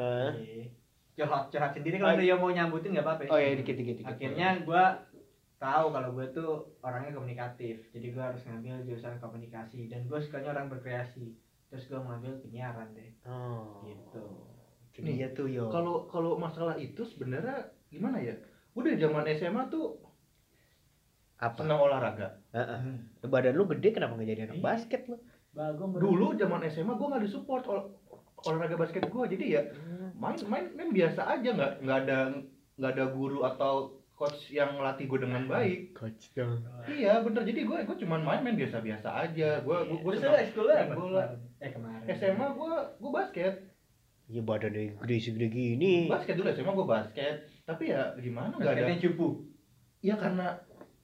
curhat sendiri kalau dia mau nyambutin nggak apa-apa. Oh ya, dikit. Akhirnya gue tahu kalau gue tuh orangnya komunikatif, jadi gue harus ngambil jurusan komunikasi dan gue sukanya orang berkreasi. Terus gue mengambil penyiaran deh. Oh. Gitu. Itu dia tuh, yo. Kalau masalah itu sebenarnya gimana ya? Udah zaman SMA tuh Apa? senang olahraga. Badan lu gede, kenapa nggak jadi anak Iya. basket lu? Dulu zaman SMA gue nggak disupport olahraga basket gue, jadi ya main biasa aja, nggak ada guru atau coach yang ngelatih gue dengan baik. Coach dong. Iya bener, jadi gue cuman main biasa aja. Gue Terus senang lu ekskulnya main apa? bola. Kemarin. SMA gue basket. Iya, badannya gede segede gini. Basket dulu SMA gue basket. Tapi ya gimana nggak ada. Basketnya cupu. Ya karena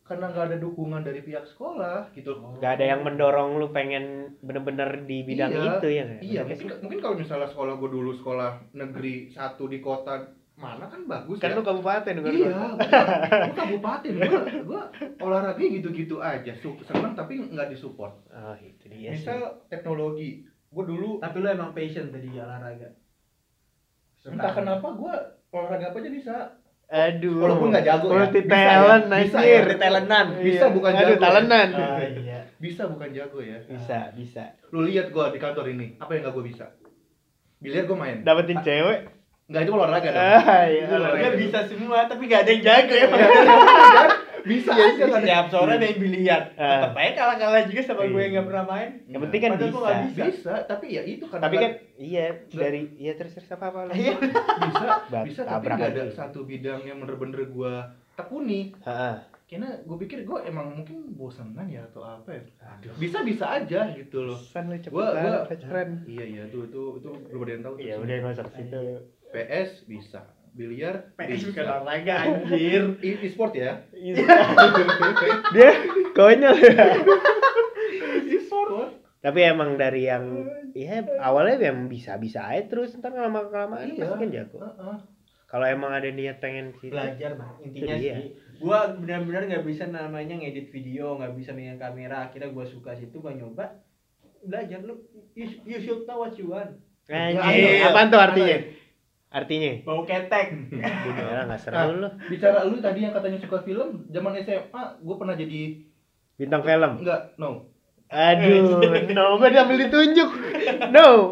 karena nggak ada dukungan dari pihak sekolah gitu. Gak ada yang mendorong lu pengen bener-bener di bidang itu ya kan? Iya, mungkin kalau misalnya sekolah gue dulu sekolah negeri 1 di kota mana kan bagus Kan ya. lu kabupaten bukan Iya, kota. gue kabupaten, gue olahraga gitu-gitu aja, senang tapi nggak disupport. Oh itu dia sih. Misal teknologi, gue dulu Tapi lu emang passion tadi olahraga. entah kenapa gue olahraga apa aja bisa. Aduh. Walaupun nggak jago ya. Multi Bisa talent ya, bisa anjir. ya. Multi-talentan. Bisa bukan Aduh, jago. talentan. Ah iya. Bisa bukan jago ya. Bisa. Lu lihat gue di kantor ini, apa yang nggak gue bisa? Biliar gue main. Dapetin cewek. Nggak, itu olahraga dong. Iya. Itu olahraga. Dia bisa semua tapi gak ada yang jago ya. Bisa Iya aja sih, kan. setiap sore ada yang biliar. Ah. Tetep aja kalah-kalah juga sama gue yang gak pernah main. Yang penting kan Padahal gua nggak bisa. Bisa, tapi ya itu kan. Tapi kan iya dari iya terus apa lu? bisa tapi Tabrakan nggak ada gitu. satu bidang yang bener-bener gue tekuni. Heeh. Karena gue pikir gue emang mungkin bosanan ya atau apa ya. Bisa aja gitu loh. Pesan lu cepet Gua banget pacaran. Iya itu belum ada yang tahu. Iya udah enggak usah ke situ. PS bisa, biliar PS bukan bisa. olahraga anjir. E-sport ya. Dia konyol ya. E-sport. Tapi emang dari yang ya awalnya yang bisa-bisa aja terus ntar lama-kelamaan Iya. pasti kan jago. Kalau emang ada niat pengen situ. Belajar mah intinya Itu dia. sih. Gua benar-benar nggak bisa namanya ngedit video, nggak bisa megang kamera. Akhirnya gua suka situ, gua nyoba belajar lu. You should know what you want. Anjir, apaan tuh artinya? Artinya? Bau ketek. Ya enggak seru lu. Bicara lu tadi yang katanya suka film, zaman SMA gue pernah jadi Bintang film. enggak, no. Aduh, no, gua diambil ditunjuk. No.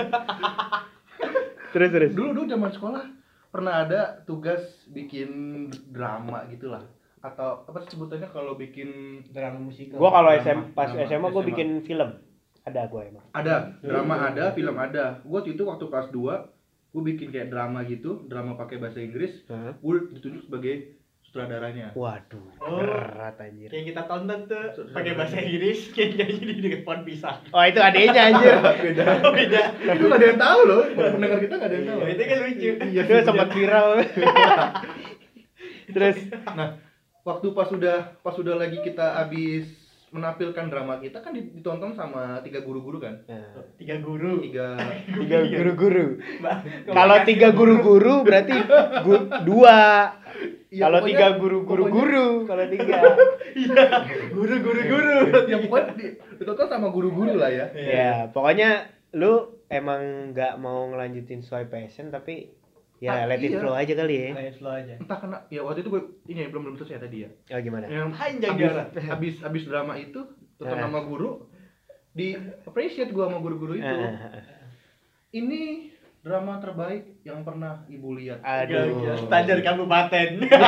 Terus. Dulu zaman sekolah pernah ada tugas bikin drama gitulah. Atau apa sebutannya kalau bikin Drama musikal. Gua kalau pas Drama, SMA gua SMA. bikin film. Ada gua emang. ada, drama ada, film ada. Gue waktu kelas 2 gue bikin kayak drama gitu, drama pakai bahasa Inggris. Gue ditunjuk sebagai sutradaranya. Waduh, Oh. berat anjir. Kayak kita tonton tuh pakai bahasa Inggris kayak nyanyi di dekat pohon pisang. Oh, itu adanya anjir. Beda. Beda. Itu gak ada yang tahu loh, pendengar kita gak ada yang tahu. Itu kan lucu. Iya, Itu sempat viral. Terus Nah, waktu pas sudah lagi kita habis menampilkan drama kita kan ditonton sama 3 guru-guru kan? 3 guru. 3 tiga guru-guru. Mbak, Kalau 3 guru-guru berarti 2. Iya, Kalau pokoknya- 3 guru-guru, kalau 3. Iya, guru. Ya pokoknya ditonton sama guru-guru lah ya. Ya, pokoknya lu emang nggak mau ngelanjutin sesuai passion tapi ya let it Iya. flow aja kali ya. Kayak slow aja. Entah kena ya waktu itu gue ini belum selesai tadi ya. Oh gimana? Yang Anjay, gara. habis drama itu tonton Ah. sama guru di appreciate gua sama guru-guru itu. Ini drama terbaik yang pernah ibu lihat. Aduh. Standar kabupaten.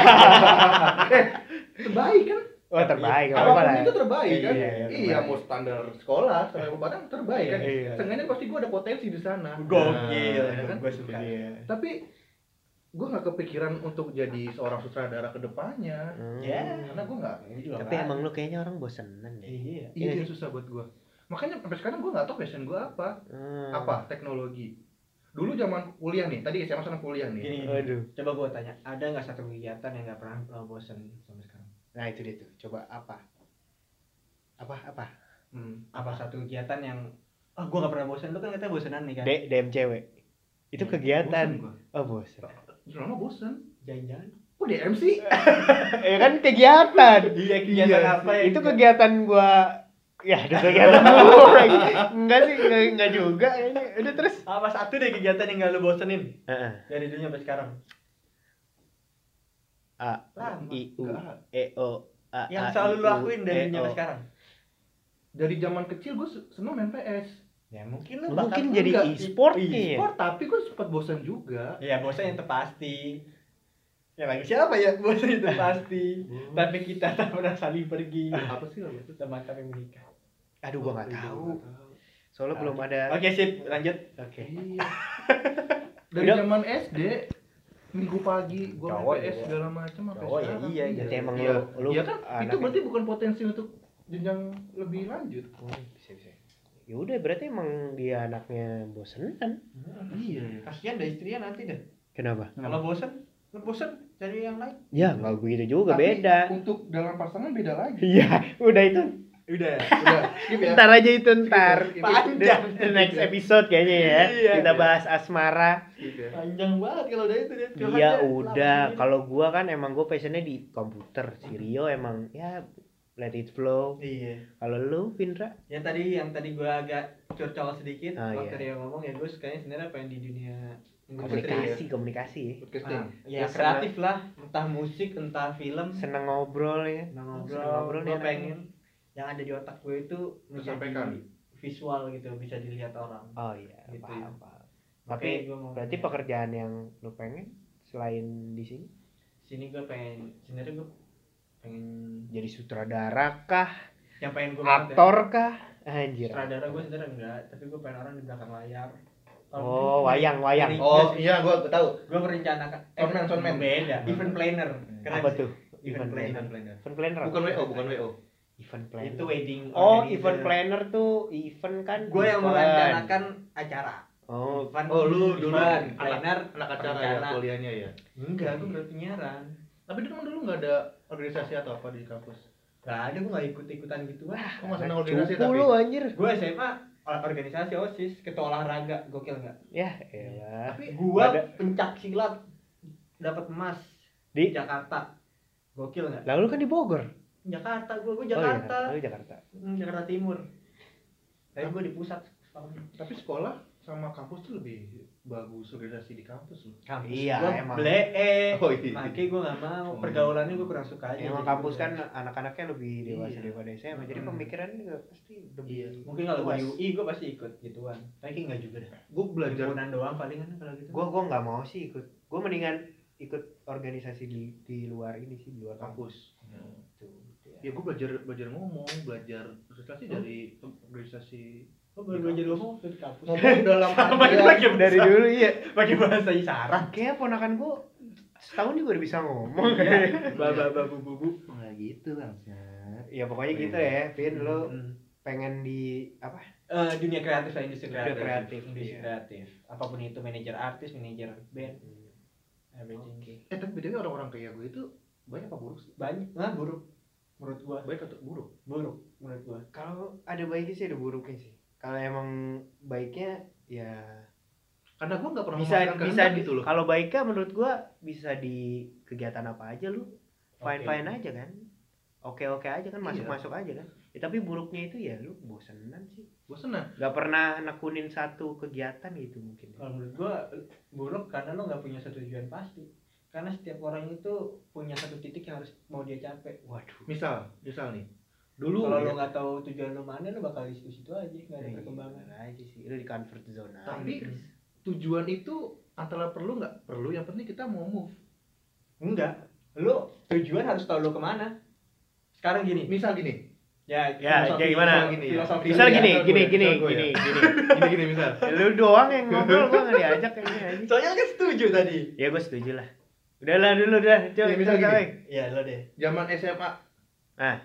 Terbaik kan? Oh, terbaik. nggak Apapun apa-apa lah. itu terbaik kan? Iya, Iya, terbaik. mau standar sekolah, standar kabupaten terbaik kan? Iya. Seenggaknya pasti gua ada potensi di sana. Gokil. Nah, ya kan? Gue suka. Iya. Tapi gua nggak kepikiran untuk jadi seorang sutradara ke depannya. Ya. Karena gua nggak. Tapi emang lu kayaknya orang bosenan deh. Iya. Iya, Iya susah buat gua. Makanya sampai sekarang gua nggak tahu passion gua apa. Apa? Teknologi. Dulu zaman kuliah nih, tadi SMA sama kuliah nih. Gini, Aduh. coba gue tanya, ada nggak satu kegiatan yang nggak pernah lo bosen sampai sekarang? Nah, itu dia tuh. Coba apa? Apa? Apa satu kegiatan yang gue nggak pernah bosen? Lu kan katanya bosenan nih kan? DM cewek. Itu kegiatan. Bosen gua. Oh, bosen. Selama bosen. Jangan-jangan? Kok DM sih? Ya kan kegiatan. Iya, kegiatan Iya, apa ya? Itu kegiatan gua ya ada kegiatan gua lagi. Enggak sih, enggak juga kayaknya. Udah terus. Apa satu deh kegiatan yang nggak lo bosenin Heeh. dari dulu sampai sekarang? A Lama. I U Nggak. E O A Yang A, selalu I, lo U, lakuin dari E, dulu O. sampai sekarang? Dari zaman kecil gue seneng main PS. Ya mungkin lo Mungkin jadi enggak, e-sport nih. ya. E-sport, tapi gue sempat bosan juga. Ya bosan yang terpasti. Ya lagi siapa ya bosan itu pasti. Tapi kita tak pernah saling pergi. Apa sih lagu itu? Sama kami menikah. Aduh gua enggak tahu. Soalnya belum ada. Oke sip, lanjut. Oke. Iya. Dari Udah. zaman SD, Minggu pagi gue main Cowok PS ya. segala macam sampai Cowok ya, sekarang. iya, Berarti emang Iya. lu Iya kan? anaknya. Itu berarti bukan potensi untuk jenjang lebih lanjut. Bisa. Ya udah berarti emang dia anaknya bosenan. Iya. Kasihan deh istrinya nanti deh. Kenapa? Kalau bosan Lu bosan cari yang lain? Ya nggak begitu juga, Tapi beda. untuk dalam pasangan beda lagi. Iya, udah itu. Udah. Udah, skip ya. Ntar aja itu ntar. Skip, Panjang. The next episode kayaknya ya. Iya. Kita bahas asmara. Skip ya. Panjang banget kalau udah itu dia. Iya udah. Kalau gua kan emang gua passionnya di komputer. Si Rio emang ya let it flow. Iya. Kalau lu, Vindra? Yang tadi gua agak curcol sedikit waktu dia ngomong ya, gue kayaknya sebenarnya pengen di dunia Komunikasi ya. Podcasting. Ya kreatif lah, entah musik, entah film. Seneng ngobrol ya. Ngobrol nih gue pengen yang ada di otak gue itu Tersampaikan. menjadi visual gitu, bisa dilihat orang. Oh iya, Gitu paham. Makanya Tapi gua mau berarti pekerjaan yang lu pengen selain di sini sini gue pengen, sebenarnya gue pengen jadi sutradara kah? yang pengen gue Aktor kah? Anjir. sutradara gue sebenarnya enggak, tapi gue pengen orang di belakang layar. Oh, wayang. Oh iya, gua tahu. Gue merencanakan Soundman. beda, event planner. Keren Apa sih. tuh? Event planner. Event planner. Bukan WO, bukan WO. Event planner. Itu wedding. Oh, organizer. event planner tuh event kan. Gue yang event. merencanakan acara. Oh, Event, Oh, lu dulu event, anak planner, acara ya perencana. kuliahnya ya. Enggak, gue berat penyiaran. Tapi dulu nggak ada organisasi atau apa di kampus. Gak ada, gue gak ikut-ikutan gitu. Wah, Kok nggak senang organisasi cupu tapi? lu anjir. gue SMA organisasi OSIS, ketua olahraga, gokil nggak? Ya, elah. Tapi Gua ada. pencak silat dapat emas Di Jakarta, gokil nggak? lalu kan di Bogor. Jakarta, gue Oh, Jakarta, iya, lu Jakarta. Jakarta Timur. Tapi gue di pusat. tapi sekolah sama kampus tuh lebih bagus organisasi di kampus loh. Kampus Iya, gua emang. Oh, iya. makanya gue nggak mau, Oh. pergaulannya gue kurang suka aja. Emang Jadi kampus gua- kan anak-anaknya lebih dewasa Iya. daripada SMA, jadi Hmm. pemikirannya juga pasti lebih. Iya, mungkin kalau gue luas. di UI gue pasti ikut gituan. Tapi nggak juga deh. Gue belajar Himpunan doang palingan kalau gitu. Gua nggak mau sih ikut. Gua mendingan ikut organisasi di luar ini sih, di luar kampus. kampus. Tuh. Ya gue belajar ngomong, belajar organisasi dari organisasi. Gue baru belajar ngomong waktu di kampus. Ngomong dalam Pakai artian Dari dulu iya. pakai bahasa isyarat. Kayak ponakan gua setahun juga udah bisa ngomong. Bubu. nggak gitu bangsat. Ya pokoknya gitu ya, Vin, lo pengen di apa? Dunia kreatif lah, industri Dunia kreatif. kreatif, Industri iya. kreatif. Apapun itu, manajer artis, manajer band, everything. Tapi btw orang-orang kayak gue itu banyak apa buruk sih? Banyak, buruk. Menurut gua, Baik atau buruk? buruk menurut gua. Kalau ada baiknya sih ada buruknya sih. Kalau emang baiknya ya Karena gue nggak pernah bisa memaksakan kehendak gitu loh. Kalau baiknya menurut gua bisa di kegiatan apa aja lu. Fine aja kan. Oke aja kan, masuk aja kan. Ya, tapi buruknya itu ya lu bosenan sih. Bosenan. Gak pernah nekunin satu kegiatan gitu mungkin. Kalau menurut gua buruk karena lo nggak punya satu tujuan pasti. Karena setiap orang itu punya satu titik yang harus mau dia capai. Waduh. Misal nih. Dulu Kalau ya, lo nggak tahu tujuan lo mana, lo bakal di situ aja, nggak ada perkembangan. aja sih. Lu di comfort zone aja. tapi tujuan itu antara perlu nggak perlu, yang penting kita mau move. Enggak, lo tujuan harus tahu lo kemana. Sekarang gini, Misal gini. ya kayak gimana? Filosofi Misal ya. Gini misal. Lu doang yang ngobrol, gua gak diajak kayaknya aja. Soalnya kan setuju tadi. Ya gua setuju lah. Udahlah dulu dah, coba Ya, misal gini. Iya lo deh. Zaman SMA Nah,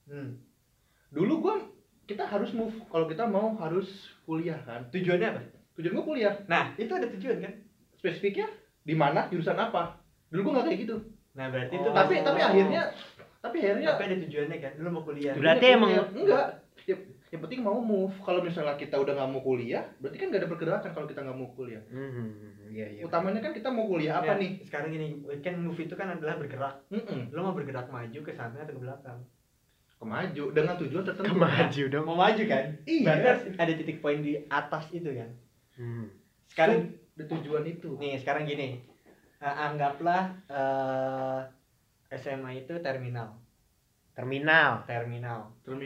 dulu kita harus move kalau kita mau harus kuliah kan. Tujuannya apa? Tujuan gue kuliah. Nah itu ada tujuan kan? Spesifiknya di mana, jurusan apa. Dulu gue nggak kayak gitu. Nah berarti Oh. itu Tapi akhirnya tapi ada tujuannya kan? Lo mau kuliah. Berarti Kuliah. emang- enggak. Yang penting mau move. Kalau misalnya kita udah nggak mau kuliah, berarti kan nggak ada pergerakan kalau kita nggak mau kuliah. iya. Utamanya kan kita mau kuliah apa Ya, nih? Sekarang gini, kan move itu kan adalah bergerak. Mm-mm. Lo mau bergerak maju ke samping atau ke belakang? Kemaju dengan tujuan tertentu. Kemaju dong. Mau maju kan? Iya. Berarti harus ada titik poin di atas itu kan. Sekarang Sekarang ada tujuan itu. nih, sekarang gini. Anggaplah SMA itu terminal. Terminal. Terminal.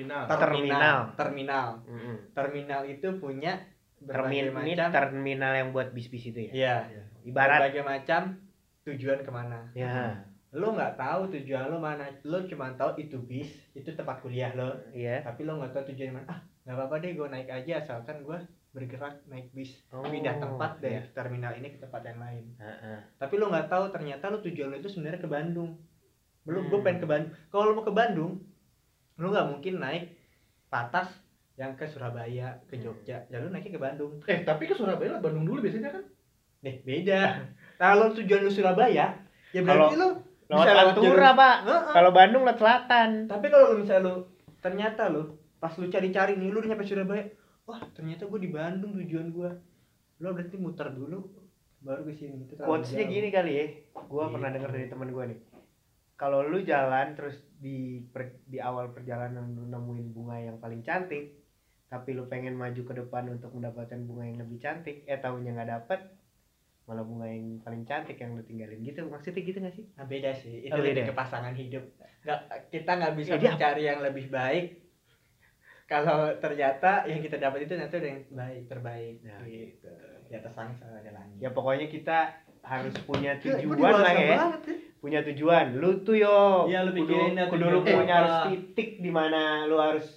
Terminal itu punya berbagai Ini macam terminal yang buat bis-bis itu ya. Iya. Ibarat Berbagai macam tujuan kemana. ya. Lo nggak tahu tujuan lo mana. Lo cuma tahu itu bis, itu tempat kuliah lo. Iya. Tapi lo nggak tahu tujuan mana. Nggak apa-apa deh, gue naik aja asalkan gue bergerak naik bis. Oh, Pindah tempat dari iya. terminal ini ke tempat yang lain. Heeh. Tapi lo nggak tahu ternyata lo tujuan lo itu sebenarnya ke Bandung. Belum, gue Hmm. pengen ke Bandung. Kalau lo mau ke Bandung, lo nggak mungkin naik patas yang ke Surabaya, ke Jogja. Ya lo naiknya ke Bandung. Tapi ke Surabaya lah, Bandung dulu biasanya kan. Beda. Kalau tujuan lo Surabaya, Ya berarti lu lewat bisa lewat Pantura, jalur- Pak. Heeh. Kalau Bandung lewat selatan. Tapi kalau lu misalnya lu ternyata lu pas lu cari-cari nih lu udah nyampe Surabaya, wah ternyata gue di Bandung tujuan gue, lu berarti muter dulu baru ke sini. Itu terlalu Quotes-nya jauh. gini kali ya. Gua Gitu. pernah dengar dari teman gua nih. Kalau lu jalan terus di awal perjalanan lu nemuin bunga yang paling cantik, tapi lu pengen maju ke depan untuk mendapatkan bunga yang lebih cantik, tahunya nggak dapet, malah bunga yang paling cantik yang lu tinggalin gitu. Maksudnya gitu nggak sih? Nah, beda sih, itu Oh, lebih beda. ke pasangan hidup. Kita nggak bisa Jadi mencari yang lebih baik kalau ternyata yang kita dapat itu nanti udah yang terbaik Nah, gitu. Di atas angsa ada langit. Ya pokoknya kita harus punya Gila, gua tujuan lah dewasa ya. banget ya. Punya tujuan. Lu tuh yo. Iya, lu pikirin dah kudu tujuan lu lu punya apa. harus titik di mana lu harus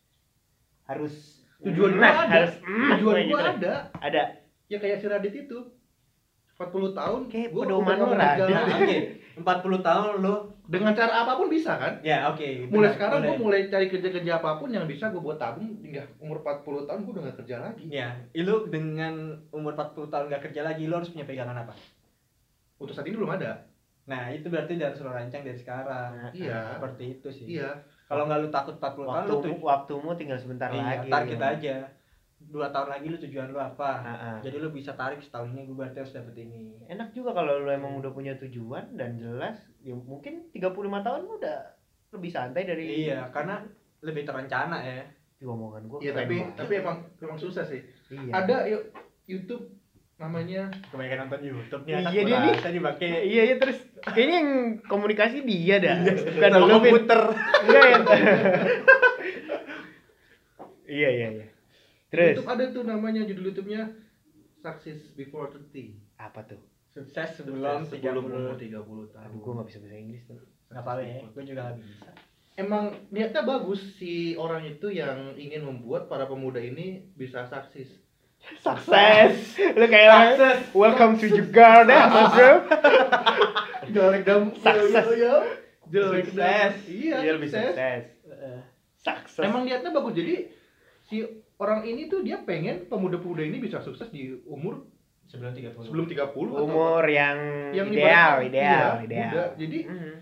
Tujuan gua ada. harus Tujuan kayak gua gitu. ada. Ada. Ya kayak si Radit itu. 40 tahun Kayak gua pedoman udah lu, nggak Radit. jalan. Nah, oke. 40 tahun lu Dengan cara apapun bisa kan? ya oke. Mulai benar, sekarang boleh. gua mulai cari kerja-kerja apapun yang bisa gua buat tabung hingga umur 40 tahun gua udah gak kerja lagi. Ya, lu dengan umur 40 tahun gak kerja lagi, lu harus punya pegangan apa? Untuk saat ini belum ada. Nah, itu berarti harus lu rancang dari sekarang. Iya. Seperti itu sih. Iya. Kalau nggak lu takut 40 tahun lu Waktumu tinggal sebentar lagi. target aja. 2 tahun lagi lu tujuan lu apa? Heeh. Jadi lu bisa tarik setahun ini gue berarti harus dapet ini. Enak juga kalau lu emang udah punya tujuan dan jelas, ya mungkin 35 tahun lu udah lebih santai dari Iya, karena lebih terencana ya. Di omongan gua. Iya, keren tapi banget. tapi emang susah sih. Iya. Ada YouTube namanya Kebanyakan nonton YouTube Iya, dia nih. Tadi pakai Iya terus kayaknya yang komunikasi dia dah. Bukan sama lu, Vin. komputer. Enggak ya. Iya. Terus YouTube ada tuh namanya, judul YouTube-nya Success Before 30. apa tuh? Sukses sebelum 30. umur 30 tahun. Aduh, gua enggak bisa bahasa Inggris tuh. Enggak apa-apa ya, gue juga enggak bisa. Emang niatnya bagus si orang itu yang ingin membuat para pemuda ini bisa sukses. Sukses. Lu kayak welcome to Jakarta, Mas Bro. Jelek dam. Sukses. Jelek Sukses. Iya, Dia lebih sukses. sukses. Sukses. Emang niatnya bagus, jadi si orang ini tuh dia pengen pemuda-pemuda ini bisa sukses di umur Sebelum 30. sebelum 30 umur yang ibaratnya- ideal. iya, muda. Jadi Mhm.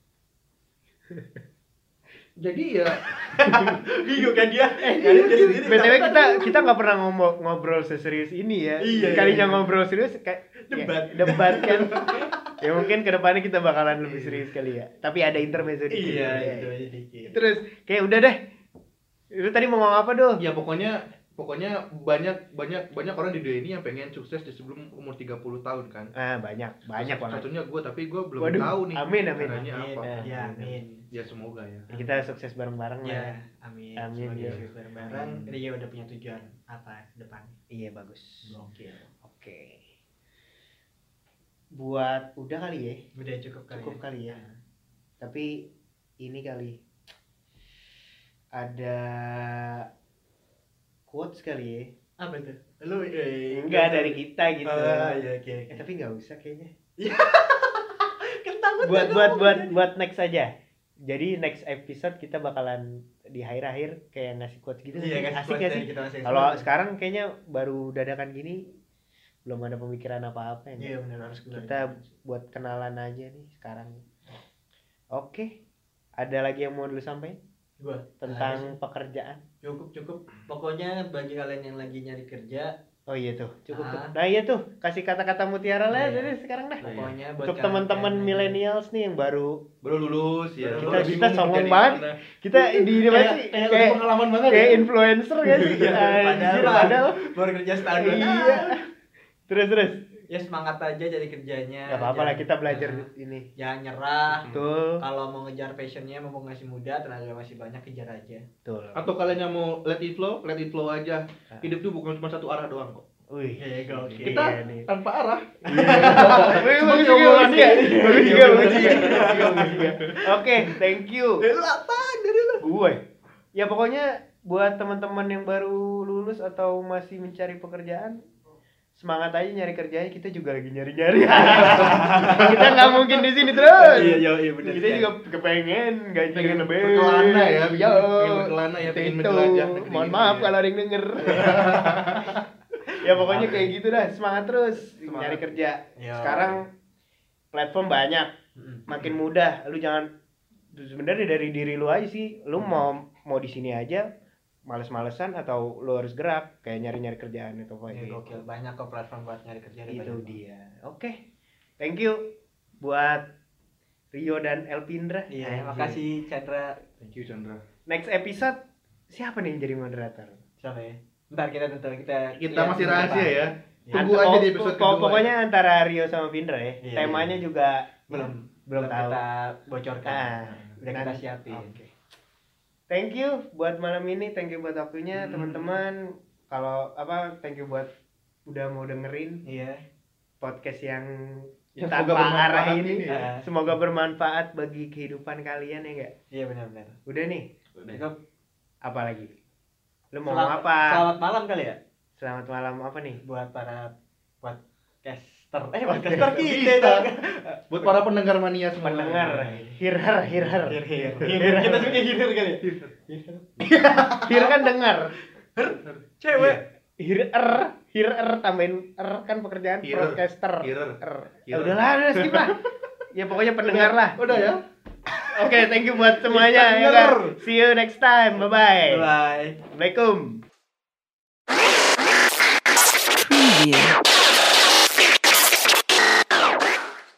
ya Bingung kan dia? BTW kita nggak pernah ngobrol seserius ini ya. Iya, Kalinya iya. ngobrol serius kayak Debat. ya, debat kan. Ya mungkin kedepannya kita bakalan lebih serius kali ya. Tapi ada intermezzo dikit. Iya, Ya. itu aja dikit. Terus kayak udah deh. Itu tadi mau ngomong apa tuh? ya pokoknya banyak orang di dunia ini yang pengen sukses di sebelum umur 30 tahun kan. Banyak banget. Satunya gue, tapi gue belum Waduh, tahu nih amin. caranya Amin, apa. ya, amin. Ya semoga ya. Kita sukses bareng-bareng Ya, lah. amin. Amin, Semoga ya. sukses bareng-bareng. Dia udah punya tujuan apa ke depan. Iya bagus. Gokil. Oke. Buat udah kali ya. Udah cukup kali. Cukup kali ya. Tapi ini kali ada quotes kali ya. Apa tuh? Lu Enggak dari kita gitu. Iya, oke. Tapi nggak usah kayaknya. Kentang Buat next aja. Jadi next episode kita bakalan di akhir-akhir kayak ngasih quotes gitu. Iya, kasih Asik quotes gak dari sih? kita masing-masing. Kalau sekarang kayaknya baru dadakan gini belum ada pemikiran apa-apa ya. Iya, benar harus Kita buat kenalan aja nih sekarang. Oke. Ada lagi yang mau dulu sampaikan gua tentang pekerjaan? cukup. Pokoknya bagi kalian yang lagi nyari kerja, Oh iya tuh, cukup tuh. Ah. Nah iya tuh, kasih kata-kata mutiara lah Iya. dari sekarang dah. pokoknya buat Untuk teman-teman kalian- millennials nih yang baru lulus ya. Kita- kita sombong banget. kita di ini Kayak sih kayak kayak pengalaman banget kayak ya. influencer gak sih? Iya, Anjir, padahal padahal. baru kerja setahun. Iya. Terus. Ya semangat aja jadi kerjanya. Gak apa-apa lah kita belajar Nah, ini. jangan nyerah. Betul. Kalau mau ngejar passionnya, mumpung masih muda, tenaga masih banyak, kejar aja. Betul. Atau kalian yang mau let it flow aja. Hidup tuh bukan cuma satu arah doang kok. Wih. Iya, gokil. Kita Iya nih. tanpa arah. Bagus juga. Oke, thank you. Lu apaan dari lu? Gue. Ya pokoknya buat teman-teman yang baru lulus atau masih mencari pekerjaan, semangat aja nyari kerjanya. Kita juga lagi nyari-nyari. Kita nggak mungkin di sini terus. Iya, benar. Kita juga kepengen gajinya lebih. Berkelana ya, Yo. pengen berkelana ya, pengen Itu. menjelajah negeri Mohon ini maaf ya. kalau ada yang denger. Ya pokoknya kayak gitu dah, semangat terus Semangat. nyari kerja. Yo. Sekarang platform banyak, makin mudah. Lu jangan, sebenarnya dari diri lu aja sih, lu mau di sini aja males-malesan atau lu harus gerak kayak nyari-nyari kerjaan atau apa gitu. Gokil, banyak kok platform buat nyari kerja. Itu dia. Oke. Thank you buat Rio dan Elpindra. Iya, makasih Chandra. Thank you Chandra. Next episode siapa nih yang jadi moderator? Siapa ya? Ntar kita Kita masih rahasia ya. Tunggu Ant- aja di episode kedua. Pokoknya antara Rio sama Pindra ya. Iya, Temanya iya. juga belum tahu. kita bocorkan. Udah kita nanti- siapin. Oke. Thank you buat malam ini, thank you buat waktunya teman-teman. Kalau thank you buat udah mau dengerin Iya. podcast yang Yang tanpa semoga bermanfaat arah ini. ini ya. Semoga bermanfaat bagi kehidupan kalian ya enggak? Iya benar-benar. Udah nih, Cukup. apa lagi? Lu mau ngomong apa? Selamat malam kali ya Selamat malam apa nih? buat para podcaster. Podcaster kita dong. Buat para pendengar mania semua. Pendengar, hirar. Hir. Kita suka hir kali ya. Hir kan dengar. Cewek. Hirer tambahin kan pekerjaan Hirer. podcaster. Hirer. Ya udahlah, udah skip lah. Ya pokoknya pendengar lah. Udah ya. Oke, thank you buat semuanya ya kan? See you next time. Bye bye. Bye. Assalamualaikum. Preview.